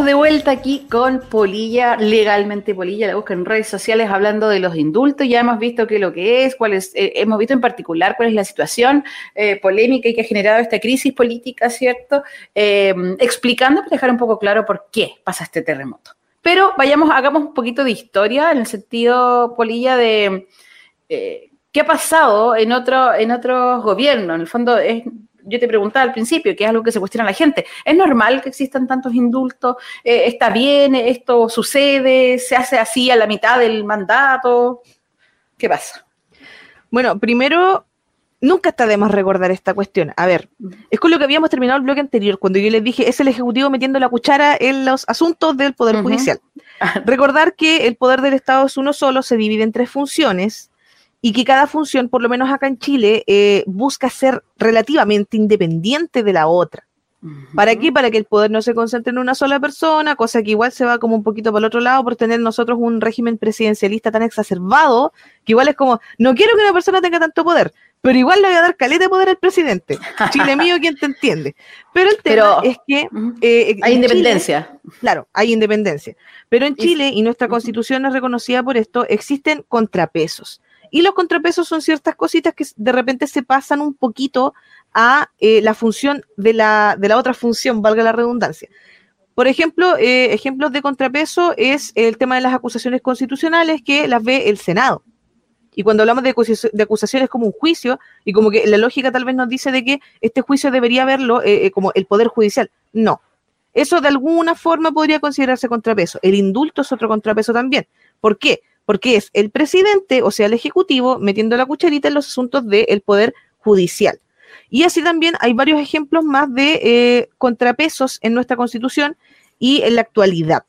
Estamos de vuelta aquí con Polilla, legalmente Polilla, la buscan en redes sociales hablando de los indultos. Ya hemos visto qué es lo que es, cuál es, eh, hemos visto en particular cuál es la situación eh, polémica y que ha generado esta crisis política, ¿cierto? Eh, explicando para dejar un poco claro por qué pasa este terremoto. Pero vayamos, hagamos un poquito de historia en el sentido, Polilla, de eh, qué ha pasado en, otro, en otros gobiernos. En el fondo es... Yo te preguntaba al principio, que es algo que se cuestiona a la gente. ¿Es normal que existan tantos indultos? Eh, ¿Está bien? ¿Esto sucede? ¿Se hace así a la mitad del mandato? ¿Qué pasa? Bueno, primero, nunca está de más recordar esta cuestión. A ver, es con lo que habíamos terminado el bloque anterior, cuando yo les dije, es el Ejecutivo metiendo la cuchara en los asuntos del Poder uh-huh. Judicial. Recordar que el poder del Estado es uno solo, se divide en tres funciones, y que cada función, por lo menos acá en Chile, eh, busca ser relativamente independiente de la otra. Uh-huh. ¿Para qué? Para que el poder no se concentre en una sola persona, cosa que igual se va como un poquito para el otro lado por tener nosotros un régimen presidencialista tan exacerbado, que igual es como, no quiero que una persona tenga tanto poder, pero igual le voy a dar caleta de poder al presidente. Chile mío, ¿quién te entiende? Pero el tema pero, es que... Eh, hay independencia. Chile, claro, hay independencia. Pero en Chile, y nuestra Constitución es reconocida por esto, existen contrapesos. Y los contrapesos son ciertas cositas que de repente se pasan un poquito a eh, la función de la, de la otra función, valga la redundancia. Por ejemplo, eh, ejemplos de contrapeso es el tema de las acusaciones constitucionales que las ve el Senado. Y cuando hablamos de, acus de acusaciones como un juicio, y como que la lógica tal vez nos dice de que este juicio debería verlo eh, como el Poder Judicial. No. Eso de alguna forma podría considerarse contrapeso. El indulto es otro contrapeso también. ¿Por qué? Porque es el presidente, o sea, el Ejecutivo, metiendo la cucharita en los asuntos del Poder Judicial. Y así también hay varios ejemplos más de eh, contrapesos en nuestra Constitución y en la actualidad.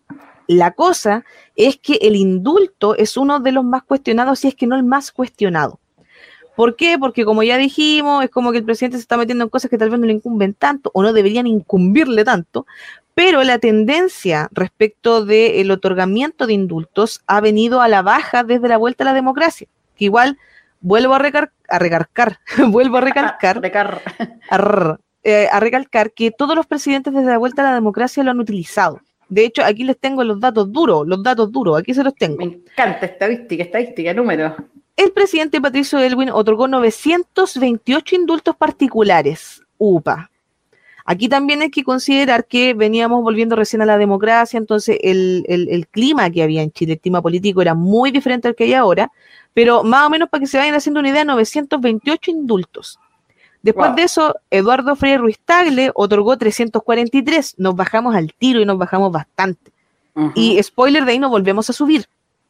La cosa es que el indulto es uno de los más cuestionados, si es que no el más cuestionado. ¿Por qué? Porque como ya dijimos, es como que el presidente se está metiendo en cosas que tal vez no le incumben tanto o no deberían incumbirle tanto, pero la tendencia respecto del otorgamiento de indultos ha venido a la baja desde la vuelta a la democracia, que igual vuelvo a, recar a recargar, vuelvo a recalcar, a, eh, a recalcar que todos los presidentes desde la vuelta a la democracia lo han utilizado. De hecho, aquí les tengo los datos duros, los datos duros, aquí se los tengo. Me encanta estadística, estadística, números. El presidente Patricio Aylwin otorgó novecientos veintiocho indultos particulares, upa. Aquí también hay que considerar que veníamos volviendo recién a la democracia, entonces el, el, el clima que había en Chile, el clima político era muy diferente al que hay ahora, pero más o menos para que se vayan haciendo una idea, novecientos veintiocho indultos. Después wow. de eso, Eduardo Frei Ruiz Tagle otorgó trescientos cuarenta y tres, nos bajamos al tiro y nos bajamos bastante. Uh-huh. Y spoiler, de ahí nos volvemos a subir.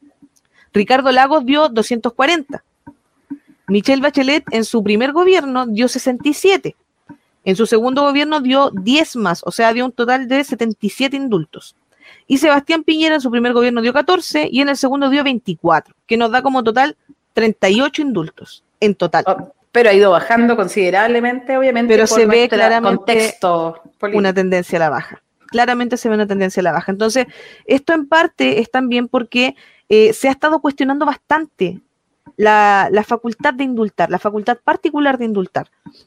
Ricardo Lagos dio doscientos cuarenta. Michelle Bachelet en su primer gobierno dio sesenta y siete. En su segundo gobierno dio diez más, o sea, dio un total de setenta y siete indultos. Y Sebastián Piñera en su primer gobierno dio catorce y en el segundo dio veinticuatro, que nos da como total treinta y ocho indultos en total. Oh, pero ha ido bajando considerablemente, obviamente, pero por se ve claramente contexto político. Una tendencia a la baja. Claramente se ve una tendencia a la baja. Entonces, esto en parte es también porque eh, se ha estado cuestionando bastante la, la facultad de indultar, la facultad particular de indultar.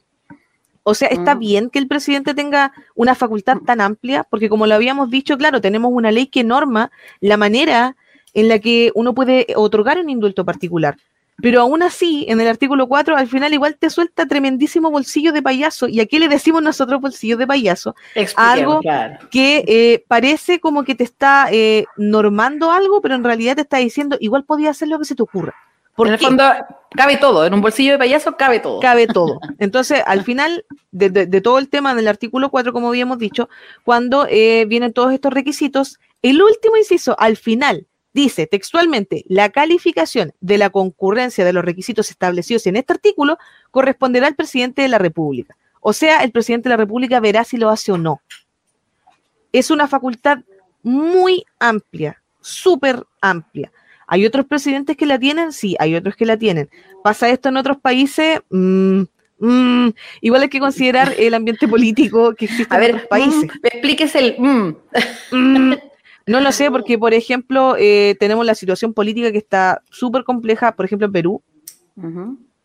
O sea, está mm. bien que el presidente tenga una facultad tan amplia, porque como lo habíamos dicho, claro, tenemos una ley que norma la manera en la que uno puede otorgar un indulto particular. Pero aún así, en el artículo cuatro, al final igual te suelta tremendísimo bolsillo de payaso. ¿Y a qué le decimos nosotros bolsillo de payaso? A algo claro. que eh, parece como que te está eh, normando algo, pero en realidad te está diciendo, igual podías hacer lo que se te ocurra. ¿Por en qué? El fondo, cabe todo. En un bolsillo de payaso cabe todo. Cabe todo. Entonces, al final de, de, de todo el tema del artículo cuatro, como habíamos dicho, cuando eh, vienen todos estos requisitos, el último inciso, al final, dice textualmente, la calificación de la concurrencia de los requisitos establecidos en este artículo corresponderá al presidente de la República. O sea, el presidente de la República verá si lo hace o no. Es una facultad muy amplia, súper amplia. ¿Hay otros presidentes que la tienen? Sí, hay otros que la tienen. ¿Pasa esto en otros países? Mm, mm, igual hay que considerar el ambiente político que existe A en ver, otros países. Mm, explíquese el... Mm. Mm. No lo sé, porque, por ejemplo, eh, tenemos la situación política que está súper compleja, por ejemplo, en Perú. Uh-huh.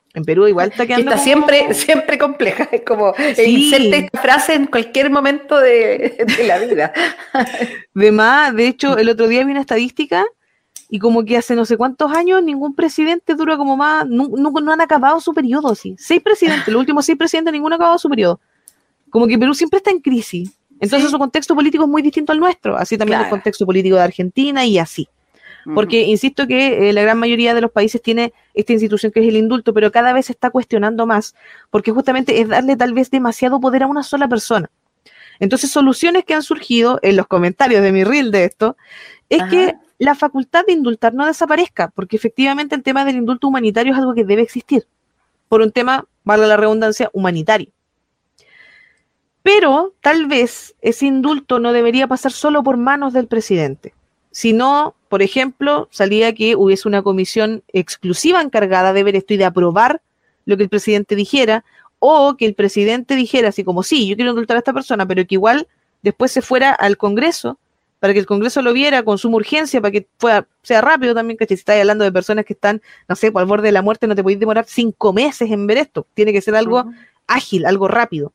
En Perú igual está quedando... Está como... siempre, siempre compleja, es como Sí. inserte esta frase en cualquier momento de, de la vida. De más, de hecho, el otro día vi una estadística y como que hace no sé cuántos años ningún presidente dura como más, no, no, no han acabado su periodo, sí. Seis presidentes, los últimos seis presidentes, ninguno ha acabado su periodo. Como que Perú siempre está en crisis. Entonces Sí. su contexto político es muy distinto al nuestro, así también Claro. el contexto político de Argentina y así. Porque insisto que eh, la gran mayoría de los países tiene esta institución que es el indulto, pero cada vez se está cuestionando más, porque justamente es darle tal vez demasiado poder a una sola persona. Entonces, soluciones que han surgido en los comentarios de mi reel de esto, es Ajá. que la facultad de indultar no desaparezca, porque efectivamente el tema del indulto humanitario es algo que debe existir, por un tema, valga la redundancia, humanitario. Pero tal vez ese indulto no debería pasar solo por manos del presidente, sino, por ejemplo, salía que hubiese una comisión exclusiva encargada de ver esto y de aprobar lo que el presidente dijera, o que el presidente dijera así como, sí, yo quiero indultar a esta persona, pero que igual después se fuera al Congreso, para que el Congreso lo viera con suma urgencia, para que fuera, sea rápido también, que si estáis hablando de personas que están, no sé, por al borde de la muerte, no te podéis demorar cinco meses en ver esto, tiene que ser algo Uh-huh. ágil, algo rápido.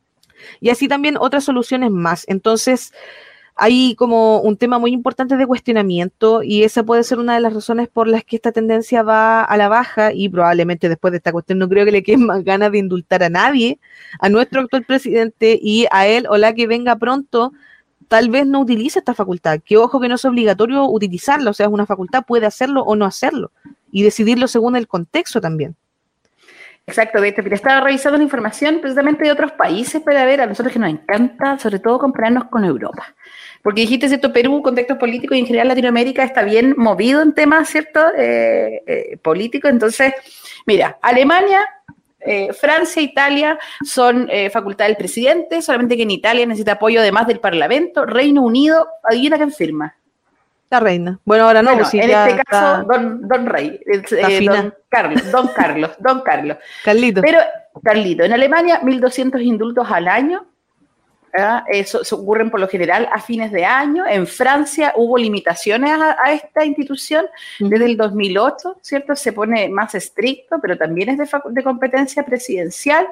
Y así también otras soluciones más. Entonces, hay como un tema muy importante de cuestionamiento y esa puede ser una de las razones por las que esta tendencia va a la baja y probablemente después de esta cuestión no creo que le queden más ganas de indultar a nadie, a nuestro actual presidente y a él o la que venga pronto, tal vez no utilice esta facultad, que ojo que no es obligatorio utilizarla, o sea, es una facultad, puede hacerlo o no hacerlo y decidirlo según el contexto también. Exacto, de hecho, mira, estaba revisando la información precisamente de otros países para ver, a nosotros que nos encanta, sobre todo, compararnos con Europa. Porque dijiste, ¿cierto? Perú, contexto político y en general Latinoamérica está bien movido en temas, ¿cierto? Eh, eh, políticos. Entonces, mira, Alemania, eh, Francia, Italia son eh, facultad del presidente, solamente que en Italia necesita apoyo además del Parlamento. Reino Unido, adivina quién firma. La reina. Bueno, ahora no, Bueno, pues sí, en ya este caso, está, don, don Rey, eh, fina. don Carlos, don Carlos, don Carlos. Carlito. Pero, Carlito, en Alemania, mil doscientos indultos al año. ¿Ah? Eso, eso ocurren por lo general a fines de año. En Francia hubo limitaciones a, a esta institución desde el dos mil ocho, ¿cierto? Se pone más estricto, pero también es de, de competencia presidencial.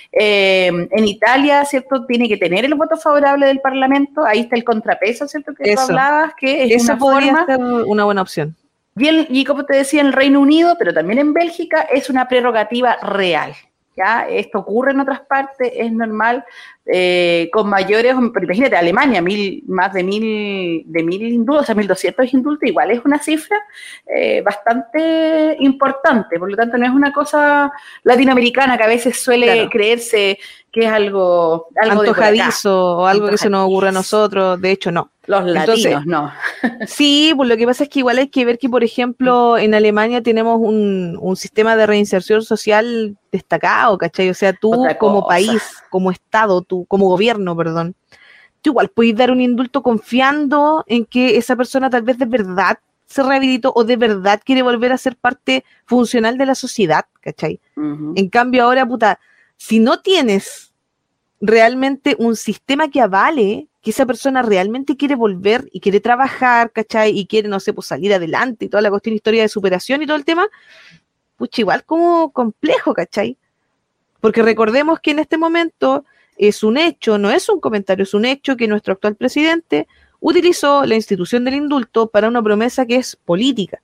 Eh, en Italia, ¿cierto? Tiene que tener el voto favorable del Parlamento. Ahí está el contrapeso, ¿cierto? Que Eso. tú hablabas, que es Eso una podría forma... ser una buena opción. Y, el, y como te decía, en el Reino Unido, pero también en Bélgica, es una prerrogativa real. ¿Ya? Esto ocurre en otras partes, es normal, eh, con mayores, pero imagínate, Alemania, mil, más de mil, de mil indultos, o sea, mil doscientos indultos, igual es una cifra eh, bastante importante, por lo tanto no es una cosa latinoamericana que a veces suele Claro. creerse que es algo, algo antojadizo o algo Antojadizo. que se nos ocurre a nosotros, de hecho no. Los latinos, Entonces, no. Sí, pues lo que pasa es que igual hay que ver que, por ejemplo, en Alemania tenemos un, un sistema de reinserción social destacado, ¿cachai? O sea, tú Otra como cosa. país, como Estado, tú como gobierno, perdón, tú igual puedes dar un indulto confiando en que esa persona tal vez de verdad se rehabilitó o de verdad quiere volver a ser parte funcional de la sociedad, ¿cachai? Uh-huh. En cambio ahora, puta, si no tienes realmente un sistema que avale que esa persona realmente quiere volver y quiere trabajar, ¿cachai? Y quiere, no sé, pues salir adelante y toda la cuestión, historia de superación y todo el tema, pucha, igual como complejo, ¿cachai? Porque recordemos que en este momento es un hecho, no es un comentario, es un hecho que nuestro actual presidente utilizó la institución del indulto para una promesa que es política.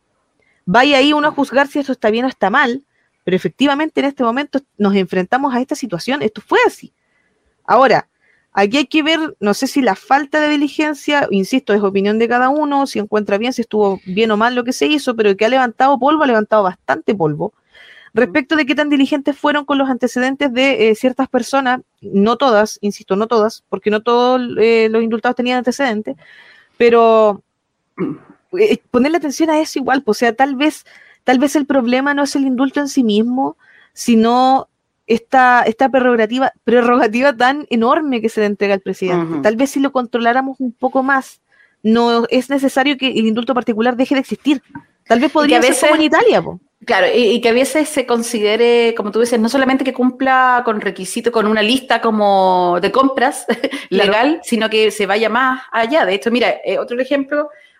Vaya ahí uno a juzgar si esto está bien o está mal, pero efectivamente en este momento nos enfrentamos a esta situación, esto fue así. Ahora, aquí hay que ver, no sé si la falta de diligencia, insisto, es opinión de cada uno, si encuentra bien, si estuvo bien o mal lo que se hizo, pero que ha levantado polvo, ha levantado bastante polvo. Respecto de qué tan diligentes fueron con los antecedentes de eh, ciertas personas, no todas, insisto, no todas, porque no todos eh, los indultados tenían antecedentes, pero eh, ponerle atención a eso igual, pues, o sea, tal vez, tal vez el problema no es el indulto en sí mismo, sino esta, esta prerrogativa, prerrogativa tan enorme que se le entrega al presidente. Uh-huh. Tal vez si lo controláramos un poco más, no es necesario que el indulto particular deje de existir. Tal vez podría ser como en Italia, po. Claro, y, y que a veces se considere, como tú dices, no solamente que cumpla con requisitos, con una lista como de compras legal, claro, sino que se vaya más allá. De hecho, mira, eh, otro ejemplo,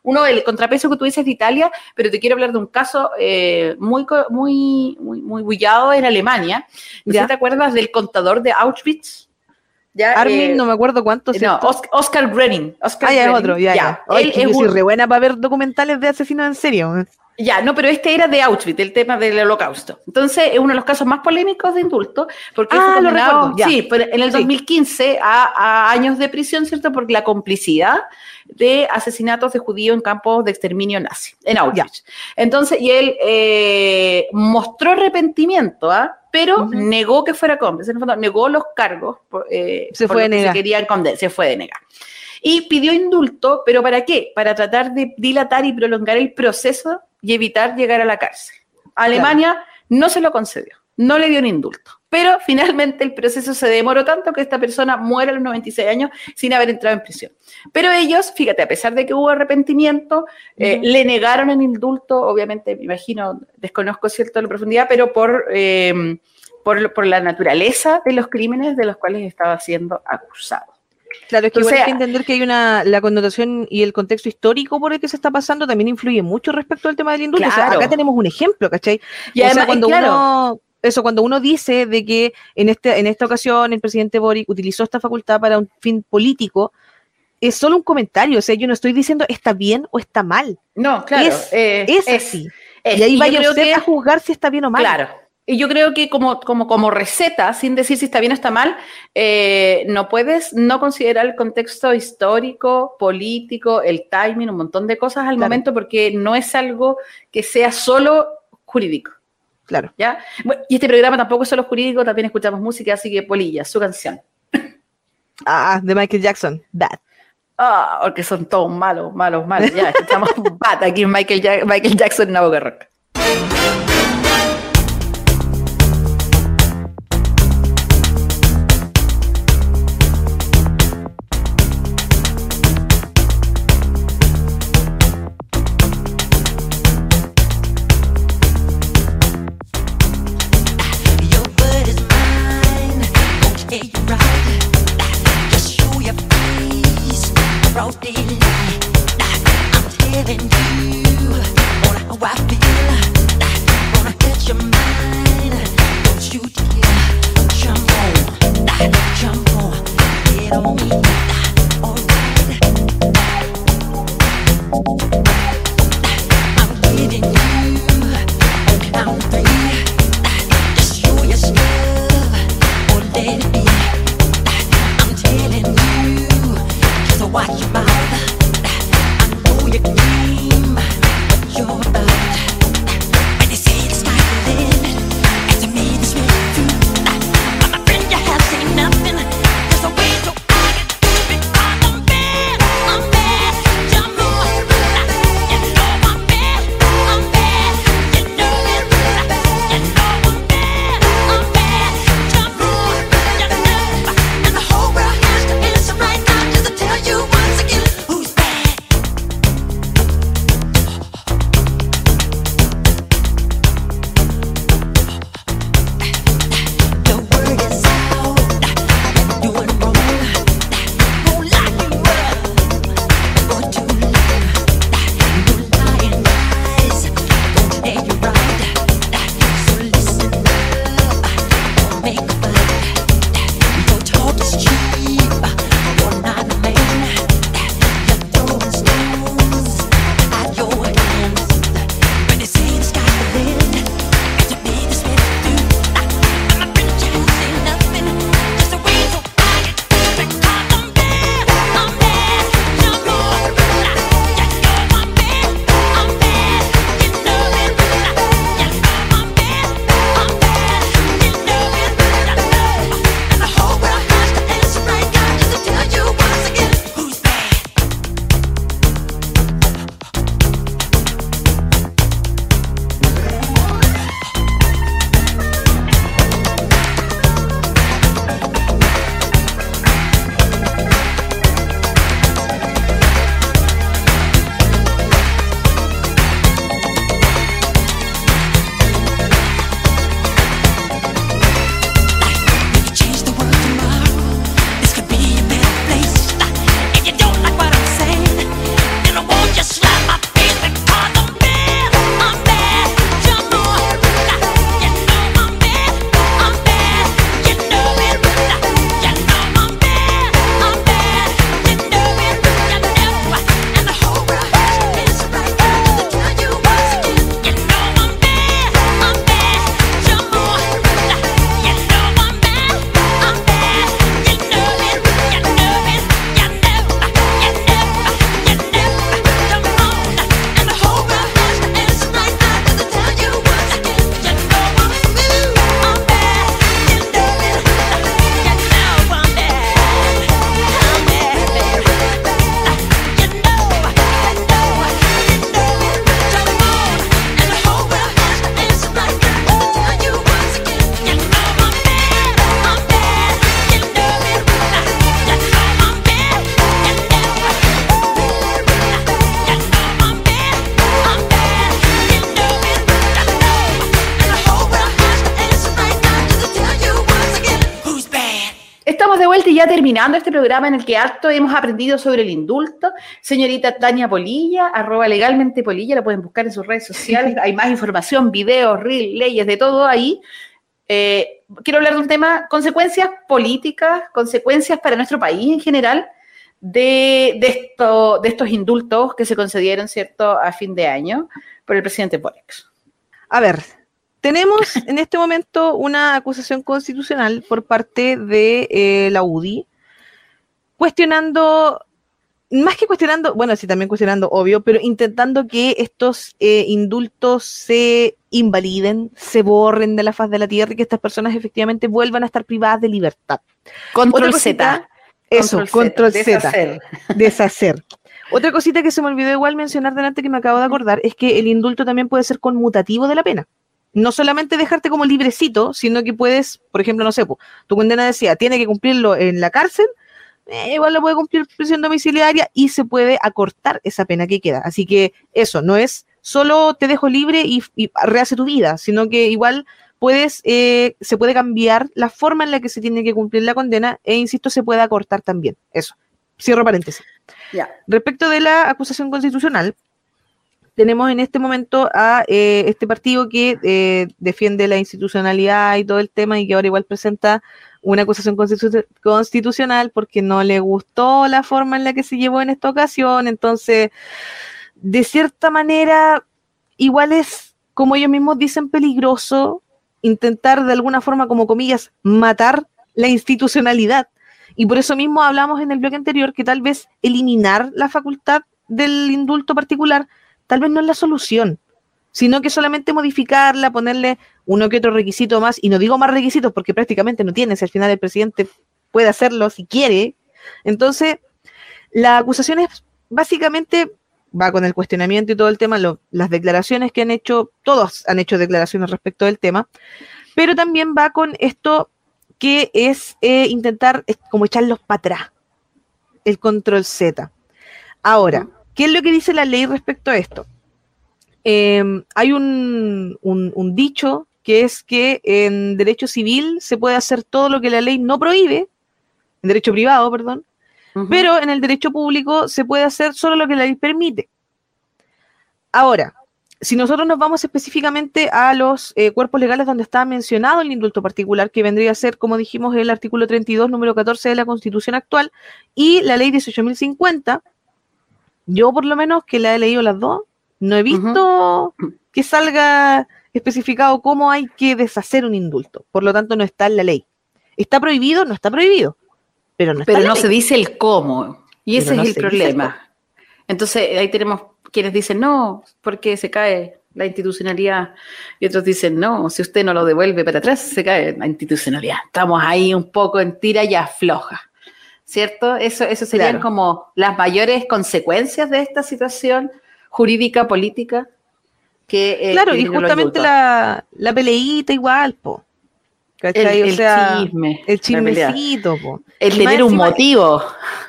uno, el contrapeso que tú dices de Italia, pero te quiero hablar de un caso eh, muy, muy, muy, muy bullado en Alemania. ¿No sé si te acuerdas del contador de Auschwitz? ¿Ya? Armin, eh, no me acuerdo cuánto. No, Oscar, Oscar Groening. Oscar ah, ya Groening. es otro, ya, ya. ya. Ay, él es un... re buena para ver documentales de asesinos en serio. Ya, no, pero este era de Auschwitz, el tema del holocausto. Entonces, es uno de los casos más polémicos de indulto, porque ah, fue condenado, lo recuerdo, ya. Sí, en el dos mil quince sí. a, a años de prisión, ¿cierto? Por la complicidad de asesinatos de judíos en campos de exterminio nazi, en Auschwitz. Ya. Entonces, y él eh, mostró arrepentimiento, ¿ah? ¿eh? Pero uh-huh. negó que fuera cómplice, en el fondo, negó los cargos eh, se por fue lo que negar. se querían condenar, se fue de negar. Y pidió indulto, ¿pero para qué? Para tratar de dilatar y prolongar el proceso y evitar llegar a la cárcel. Alemania claro. no se lo concedió, no le dio un indulto. Pero finalmente el proceso se demoró tanto que esta persona muere a los noventa y seis años sin haber entrado en prisión. Pero ellos, fíjate, a pesar de que hubo arrepentimiento, uh-huh. eh, le negaron el indulto, obviamente, me imagino, desconozco cierto la profundidad, pero por, eh, por, por la naturaleza de los crímenes de los cuales estaba siendo acusado. Claro, es que o igual sea, hay que entender que hay una, la connotación y el contexto histórico por el que se está pasando también influye mucho respecto al tema del indulto. Claro. O sea, acá tenemos un ejemplo, ¿cachai? Y o además, sea, cuando claro. uno... Eso, cuando uno dice de que en, este, en esta ocasión el presidente Boric utilizó esta facultad para un fin político, es solo un comentario. O sea, yo no estoy diciendo está bien o está mal. No, claro. Es, eh, es, es así. Es, y ahí y vaya usted que, a juzgar si está bien o mal. Claro. Y yo creo que como, como, como receta, sin decir si está bien o está mal, eh, no puedes no considerar el contexto histórico, político, el timing, un montón de cosas al claro. momento, porque no es algo que sea solo jurídico. Claro. ¿Ya? Bueno, y este programa tampoco es solo jurídico, también escuchamos música, así que Polilla, su canción. Ah, de Michael Jackson, Bad. Ah, porque son todos malos, malos, malos. Ya, escuchamos Bad aquí en Michael, ja- Michael Jackson en la Boca Rock. Watch your mouth. I know your game. You're about ya terminando este programa en el que harto hemos aprendido sobre el indulto. Señorita Tania Polilla, arroba legalmente Polilla, la pueden buscar en sus redes sociales. Hay más información, videos, reels, leyes, de todo ahí. Eh, quiero hablar de un tema, consecuencias políticas, consecuencias para nuestro país en general de, de, esto, de estos indultos que se concedieron, ¿cierto?, a fin de año por el presidente Boric. A ver, tenemos en este momento una acusación constitucional por parte de eh, la U D I, cuestionando, más que cuestionando, bueno, sí, también cuestionando, obvio, pero intentando que estos eh, indultos se invaliden, se borren de la faz de la tierra y que estas personas efectivamente vuelvan a estar privadas de libertad. Control Z. Eso, control Z. Deshacer. Deshacer. Otra cosita que se me olvidó igual mencionar delante que me acabo de acordar es que el indulto también puede ser conmutativo de la pena. No solamente dejarte como librecito, sino que puedes, por ejemplo, no sé, tu condena decía, tiene que cumplirlo en la cárcel, eh, igual lo puede cumplir prisión domiciliaria y se puede acortar esa pena que queda. Así que eso, no es solo te dejo libre y, y rehace tu vida, sino que igual puedes, eh, se puede cambiar la forma en la que se tiene que cumplir la condena e, insisto, se puede acortar también. Eso. Cierro paréntesis. Yeah. Respecto de la acusación constitucional, tenemos en este momento a eh, este partido que eh, defiende la institucionalidad y todo el tema y que ahora igual presenta una acusación constitu- constitucional porque no le gustó la forma en la que se llevó en esta ocasión. Entonces, de cierta manera, igual es, como ellos mismos dicen, peligroso intentar de alguna forma, como comillas, matar la institucionalidad. Y por eso mismo hablamos en el bloque anterior que tal vez eliminar la facultad del indulto particular tal vez no es la solución, sino que solamente modificarla, ponerle uno que otro requisito más, y no digo más requisitos porque prácticamente no tiene, si al final el presidente puede hacerlo si quiere. Entonces, la acusación es básicamente, va con el cuestionamiento y todo el tema, lo, las declaraciones que han hecho, todos han hecho declaraciones respecto del tema, pero también va con esto que es eh, intentar es como echarlos para atrás, el control Z. Ahora, ¿qué es lo que dice la ley respecto a esto? Eh, hay un, un, un dicho que es que en derecho civil se puede hacer todo lo que la ley no prohíbe, en derecho privado, perdón, uh-huh. pero en el derecho público se puede hacer solo lo que la ley permite. Ahora, si nosotros nos vamos específicamente a los eh, cuerpos legales donde está mencionado el indulto particular, que vendría a ser, como dijimos, el artículo treinta y dos, número catorce de la Constitución actual, y la ley dieciocho mil cincuenta, yo por lo menos, que la he leído las dos, no he visto uh-huh. que salga especificado cómo hay que deshacer un indulto. Por lo tanto, no está en la ley. ¿Está prohibido? No está prohibido. Pero no, está pero en la no ley. se dice el cómo. Y pero ese no es el problema. Entonces, ahí tenemos quienes dicen no, porque se cae la institucionalidad. Y otros dicen no, si usted no lo devuelve para atrás, se cae la institucionalidad. Estamos ahí un poco en tira y afloja. ¿Cierto? Eso, eso serían claro. como las mayores consecuencias de esta situación jurídica, política. Que, eh, claro, que y justamente la, la peleita igual, po. ¿Cachai? El, o sea, el chisme. El chismecito, po. El y tener un encima, motivo.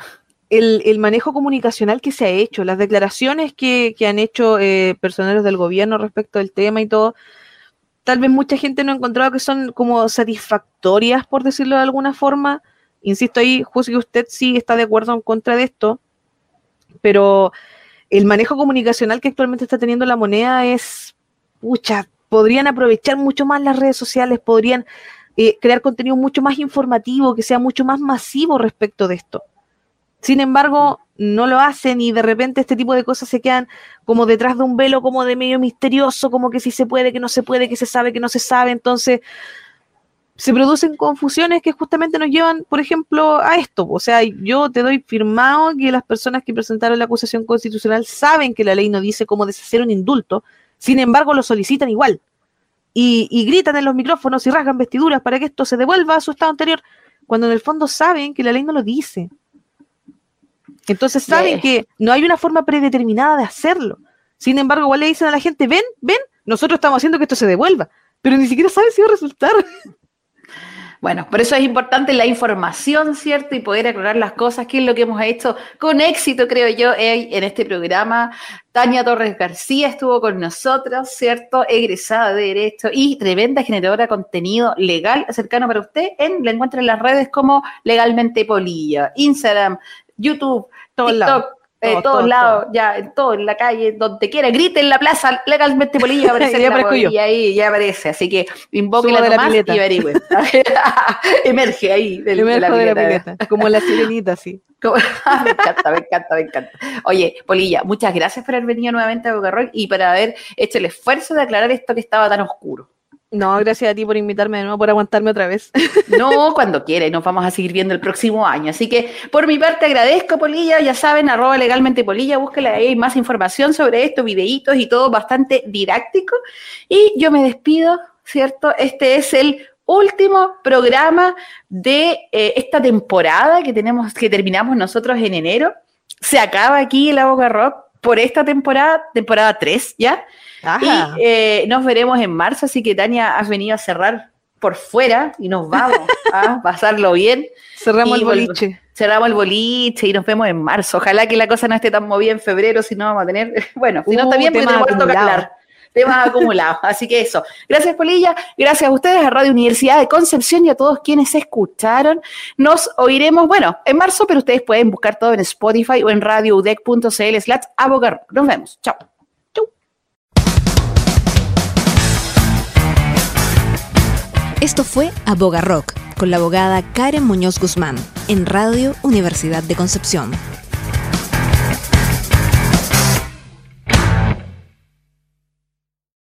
El, el manejo comunicacional que se ha hecho, las declaraciones que, que han hecho eh, personeros del gobierno respecto del tema y todo, tal vez mucha gente no ha encontrado que son como satisfactorias, por decirlo de alguna forma. Insisto ahí, juzgue usted si está de acuerdo o en contra de esto, pero el manejo comunicacional que actualmente está teniendo la moneda es, pucha, podrían aprovechar mucho más las redes sociales, podrían eh, crear contenido mucho más informativo, que sea mucho más masivo respecto de esto. Sin embargo, no lo hacen y de repente este tipo de cosas se quedan como detrás de un velo, como de medio misterioso, como que sí se puede, que no se puede, que se sabe, que no se sabe. Entonces, se producen confusiones que justamente nos llevan, por ejemplo, a esto. O sea, yo te doy firmado que las personas que presentaron la acusación constitucional saben que la ley no dice cómo deshacer un indulto, sin embargo lo solicitan igual. Y, y gritan en los micrófonos y rasgan vestiduras para que esto se devuelva a su estado anterior, cuando en el fondo saben que la ley no lo dice. Entonces saben yeah. que no hay una forma predeterminada de hacerlo. Sin embargo, igual le dicen a la gente, ven, ven, nosotros estamos haciendo que esto se devuelva, pero ni siquiera saben si va a resultar. Bueno, por eso es importante la información, ¿cierto? Y poder aclarar las cosas, que es lo que hemos hecho con éxito, creo yo, en este programa. Tania Torres García estuvo con nosotros, ¿cierto? Egresada de Derecho y tremenda generadora de contenido legal cercano para usted. En, la encuentra en las redes como Legalmente Polilla, Instagram, YouTube, Todos TikTok. lados. Eh, Todo, todos todo, lados, todo. ya, en todo, en la calle, donde quiera, grite en la plaza, Legalmente Polilla, va a aparecer Ya la aparezco yo. y ahí ya aparece, así que invóquela Subo de la nomás pileta. y averigüe. Emerge ahí del- Emerjo de la de la pileta. pileta, como la sirenita, sí. Como- me encanta, me encanta, me encanta. Oye, Polilla, muchas gracias por haber venido nuevamente a Boca Rock y por haber hecho el esfuerzo de aclarar esto que estaba tan oscuro. No, gracias a ti por invitarme de nuevo, por aguantarme otra vez. No, cuando quiera, y nos vamos a seguir viendo el próximo año. Así que, por mi parte, agradezco, Polilla, ya saben, arroba legalmente Polilla, búsquela ahí, hay más información sobre esto, videitos y todo bastante didáctico. Y yo me despido, ¿cierto? Este es el último programa de eh, esta temporada que tenemos, que terminamos nosotros en enero. Se acaba aquí la Boca Rock por esta temporada, temporada tres, ¿ya? Ajá. Y eh, nos veremos en marzo, así que Tania, has venido a cerrar por fuera y nos vamos a pasarlo bien. Cerramos y el boliche. Cerramos el boliche y nos vemos en marzo. Ojalá que la cosa no esté tan movida en febrero, si no vamos a tener, bueno, si no está Uh, bien, porque temas tenemos harto que acumulados. hablar. Temas acumulados. Así que eso. Gracias, Polilla. Gracias a ustedes, a Radio Universidad de Concepción y a todos quienes escucharon. Nos oiremos, bueno, en marzo, pero ustedes pueden buscar todo en Spotify o en radioudec.cl slash abogar. Nos vemos. Chao. Esto fue Aboga Rock, con la abogada Karen Muñoz Guzmán, en Radio Universidad de Concepción.